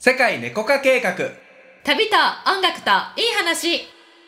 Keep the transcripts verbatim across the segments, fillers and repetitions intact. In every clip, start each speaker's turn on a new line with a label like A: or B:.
A: 世界猫化計画、
B: 旅と音楽といい話。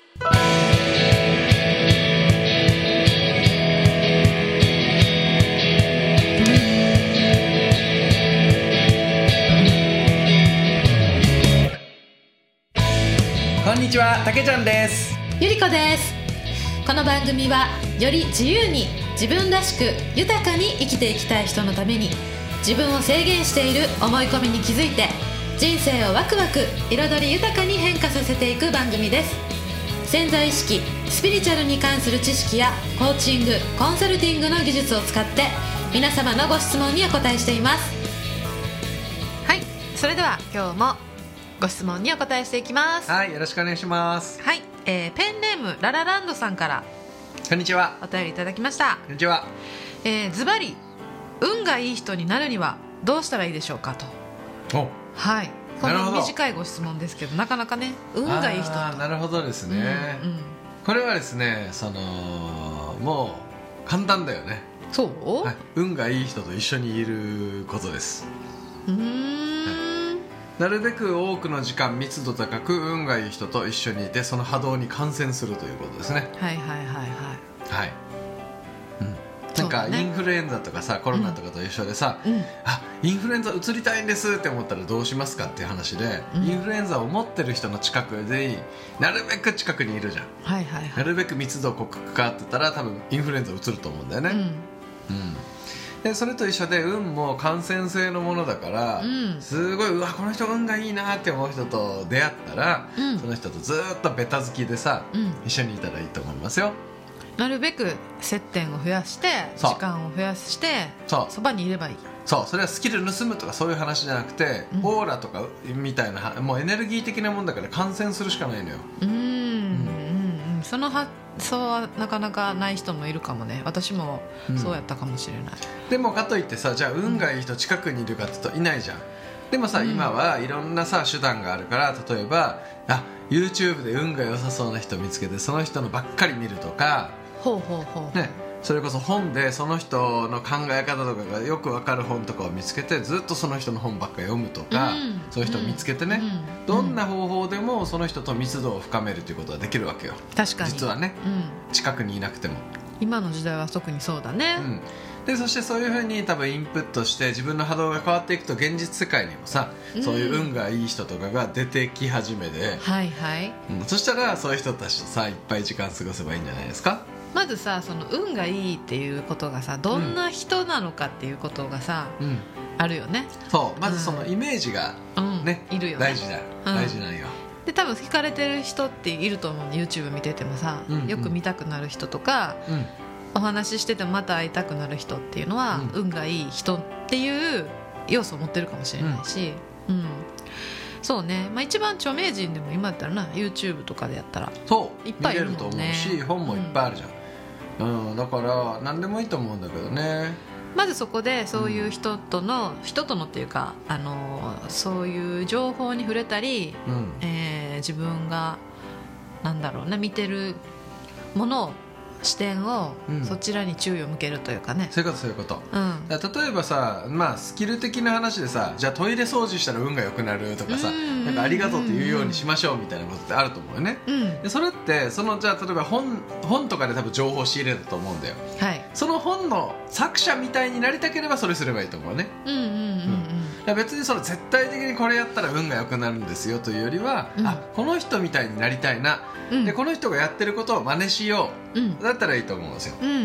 A: こんにちは、たけちゃんです。
B: ゆりこです。この番組はより自由に自分らしく豊かに生きていきたい人のために、自分を制限している思い込みに気づいて人生をワクワク彩り豊かに変化させていく番組です。潜在意識、スピリチュアルに関する知識やコーチング、コンサルティングの技術を使って皆様のご質問にお答えしています。はい、それでは今日もご質問にお答えしていきます。
A: はい、よろしくお願いします。
B: はい、えー、ペンネームララランドさんから
A: こんにちは。
B: お便りいただきました。
A: こんにちは。
B: えー、ズバリ運がいい人になるにはどうしたらいいでしょうかと。
A: お、
B: はい、この短いご質問ですけど、なかなかね、運がいい人と。
A: あ、なるほどですね、うんうん、これはですね、そのもう簡単だよね。
B: そう、
A: はい、運がいい人と一緒にいることです。
B: うーん、
A: はい、なるべく多くの時間密度高く運がいい人と一緒にいて、その波動に感染するということですね。
B: はいはいはいはい、
A: はい、うん、なんかインフルエンザとかさ、コロナとかと一緒でさ、うん、あ、インフルエンザうつりたいんですって思ったらどうしますかっていう話で、うん、インフルエンザを持ってる人の近くでなるべく近くにいるじゃん、
B: はいはいはい、
A: なるべく密度濃く関わってたら多分インフルエンザうつると思うんだよね、うんうん、でそれと一緒で運も感染性のものだから、うん、すごい、うわ、この人運がいいなって思う人と出会ったら、うん、その人とずっとベタ好きでさ、うん、一緒にいたらいいと思いますよ。な
B: るべく接点を増やして時間を増やして、そそばにいればいい。
A: そう、それはスキル盗むとかそういう話じゃなくて、うん、オーラとかみたいな、もうエネルギー的なもんだから感染するしかないのよ。うん、うん
B: うん、その発想はなかなかない人もいるかもね。私もそうやったかもしれない、うん、
A: でもかといってさ、じゃあ運がいい人近くにいるかって言うといないじゃん。でもさ、うん、今はいろんなさ手段があるから、例えばあ YouTube で運が良さそうな人見つけてその人のばっかり見るとか、
B: ほうほうほう、
A: ね、それこそ本でその人の考え方とかがよく分かる本とかを見つけてずっとその人の本ばっかり読むとか、うん、そういう人を見つけてね、うん、どんな方法でもその人と密度を深めるということはできるわけよ。
B: 確かに
A: 実はね、うん、近くにいなくても
B: 今の時代は特にそうだね、うん、
A: でそしてそういうふうに多分インプットして自分の波動が変わっていくと、現実世界にもさ、そういう運がいい人とかが出てき始めで、
B: はいはい、
A: うん、そしたらそういう人たちとさいっぱい時間過ごせばいいんじゃないですか。
B: まずさ、その運がいいっていうことがさ、どんな人なのかっていうことがさ、うん、あるよね。
A: そう、まずそのイメージが、ね、うん、いるよね、大事だ、うん、大事なんよ。
B: で多分惹かれてる人っていると思う。 YouTube 見ててもさ、うんうん、よく見たくなる人とか、うん、お話ししててもまた会いたくなる人っていうのは、うん、運がいい人っていう要素を持ってるかもしれないし、うんうん、そうね、まあ、一番著名人でも今だったらな YouTube とかでやったら
A: そう
B: いっぱいいるもんね。
A: 見れると思うし、本もいっぱいあるじゃん、うんうん、だから何でもいいと思うんだけどね。
B: まずそこでそういう人との、うん、人とのっていうか、あのそういう情報に触れたり、うん、えー、自分がなんだろうね、見てるものを視点をそちらに注意を向けるというかね、
A: うん、そういうことそういうこと、うん、だ例えばさ、まあ、スキル的な話でさ、じゃあトイレ掃除したら運が良くなるとかさ、なんかありがとうって言うようにしましょうみたいなことってあると思うよね、うん、でそれってそのじゃあ例えば 本, 本とかで多分情報を仕入れたと思うんだよ、はい、その本の作者みたいになりたければそれすればいいと思うね。うんうんうんうん、いや別にその絶対的にこれやったら運が良くなるんですよというよりは、うん、あ、この人みたいになりたいな、うん、でこの人がやってることを真似しよう、うん、だったらいいと思うんですよ、うんうん、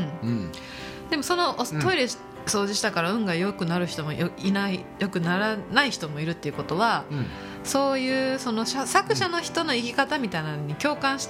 B: でもそのトイレ掃除したから運が良くなる人もよいない、良くならない人もいるっていうことは、うん、そういうその作者の人の生き方みたいなのに共感して、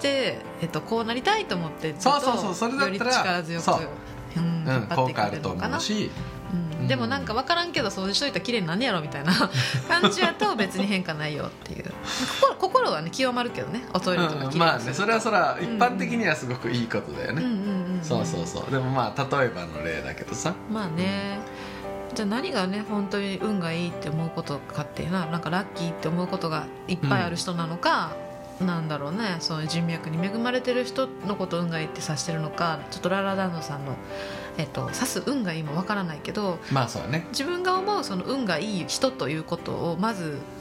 B: えっと、こうなりたいと思って
A: そうそうそう、それだったらより
B: 力強く、うん、引っ張っていくれるのかな。うん、でもなんか分からんけど掃除しといたら綺麗になんねやろみたいな感じやと別に変化ないよっていう心, 心はね清まるけどね、おトイレとか綺麗にすると、うん、まあね、それはそれは
A: 一般的にはすごくいいことだよね。そうそうそう。でもまあ例えばの例だけどさ、
B: まあね、うん、じゃあ何がね本当に運がいいって思うことかっていうのは、なんかラッキーって思うことがいっぱいある人なのか、うん、なんだろうね、そういう人脈に恵まれてる人のことを運がいいって指してるのか、ちょっとララダンドさんのえっと、指す運がいいもわからないけど、
A: まあそうね、
B: 自分が思うその運がいい人ということをまず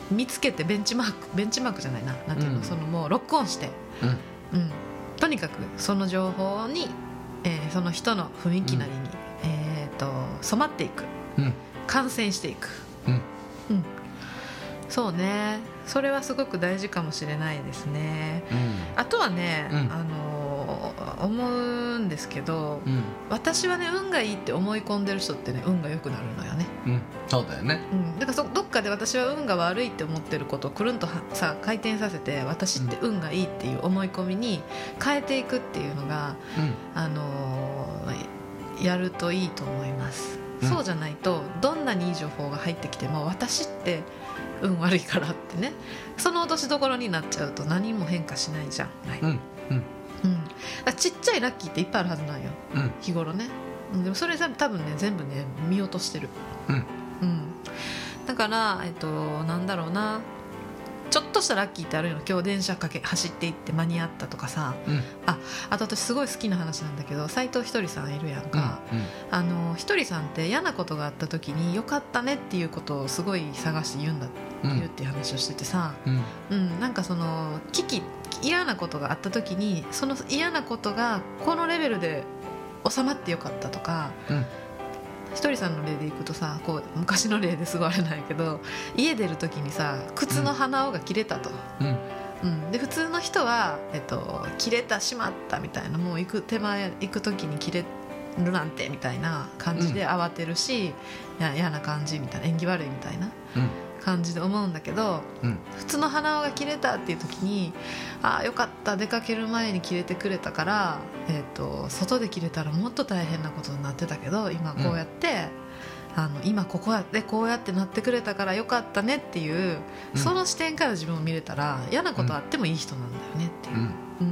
B: 見つけてベンチマークベンチマークじゃないな、なんていうの、うん、そのもうロックオンして、うんうん、とにかくその情報に、えー、その人の雰囲気なりに、うんえー、と染まっていく、うん、感染していく、うんうん、そうね、それはすごく大事かもしれないですね、うん、あとはね、うん、あの思うんですけど、うん、私はね運がいいって思い込んでる人ってね運が良くなるのよね、
A: うん、そうだよね、
B: うん、だからそどっかで私は運が悪いって思ってることをくるんとさ回転させて私って運がいいっていう思い込みに変えていくっていうのが、うんあのー、やるといいと思います、うん、そうじゃないとどんなにいい情報が入ってきても私って運悪いからってねその落としどころになっちゃうと何も変化しないじゃん、はいうんうんうん、だちっちゃいラッキーっていっぱいあるはずなんよ、うん、日頃ねでもそれ多分ね全部ね見落としてる、うんうん、だから、えっと、なんだろうなちょっとしたラッキーってあるよ。今日電車かけ走っていって間に合ったとかさ、うん、あ, あと私すごい好きな話なんだけど斉藤ひとりさんいるやんか、うんうん、あのひとりさんって嫌なことがあった時によかったねっていうことをすごい探して言うんだ、うん、言うっていう話をしててさ、うんうん、なんかその危機嫌なことがあった時にその嫌なことがこのレベルで収まってよかったとか、うんひとりさんの例でいくとさこう昔の例ですごいあれないけど家出る時にさ靴の鼻緒が切れたと、うんうん、で普通の人は、えっと、切れたしまったみたいなもう行く手前行く時に切れるなんてみたいな感じで慌てるし、うん、や嫌な感じみたいな縁起悪いみたいな感じで思うんだけど、うん、普通の鼻緒が切れたっていう時にああよかった出かける前に切れてくれたから、えーと、外で切れたらもっと大変なことになってたけど今こうやって、うん、あの今ここでこうやってなってくれたからよかったねっていう、うん、その視点から自分を見れたら嫌なことあってもいい人なんだよねっていう、うんうん、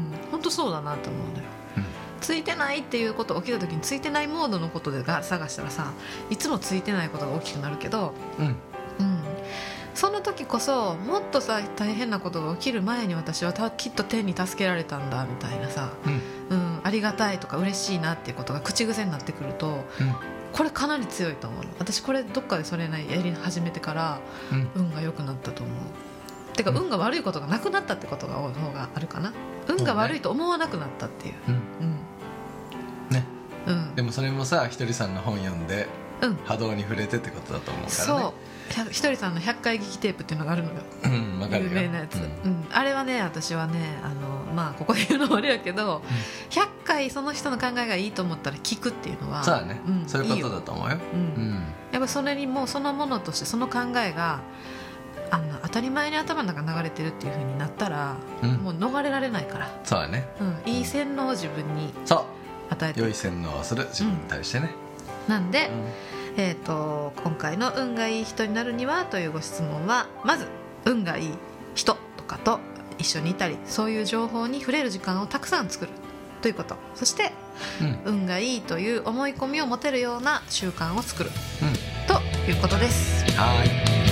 B: 本当そうだなと思うんだよ、うん、ついてないっていうこと起きた時についてないモードのことで探したらさいつもついてないことが大きくなるけど、うんうん、その時こそもっとさ大変なことが起きる前に私はたきっと天に助けられたんだみたいなさ、うんうん、ありがたいとか嬉しいなっていうことが口癖になってくると、うん、これかなり強いと思うの。私これどっかでそれなりやり始めてから、うん、運が良くなったと思う。てか、うん、運が悪いことがなくなったってことが多い方があるかな。運が悪いと思わなくなったっていう、うんうん
A: ねうん、でもそれもさひとりさんの本読んで、うん、波動に触れてってことだと思うからね。そうひとりさんのひゃっかい劇テープっていうのがあるのよ、うん、分かるよ有名なやつ、うんうん、あれはね私はねあの、まあ、ここで言うのもあれやけど、うん、ひゃっかいその人の考えがいいと思ったら聞くっていうのはそうだね、うん、そういうことだと思うよ、うんうん、
B: やっぱそれにもうそのものとしてその考えがあの当たり前に頭の中流れてるっていう風になったら、うん、もう逃れられないから
A: そうだね、
B: うん、いい洗脳を自分に与えて
A: 良い洗脳をする自分に対してね、
B: うん、なんで、うんえー、と今回の運がいい人になるにはというご質問はまず運がいい人とかと一緒にいたりそういう情報に触れる時間をたくさん作るということ、そして、うん、運がいいという思い込みを持てるような習慣を作る、うん、ということです。
A: はい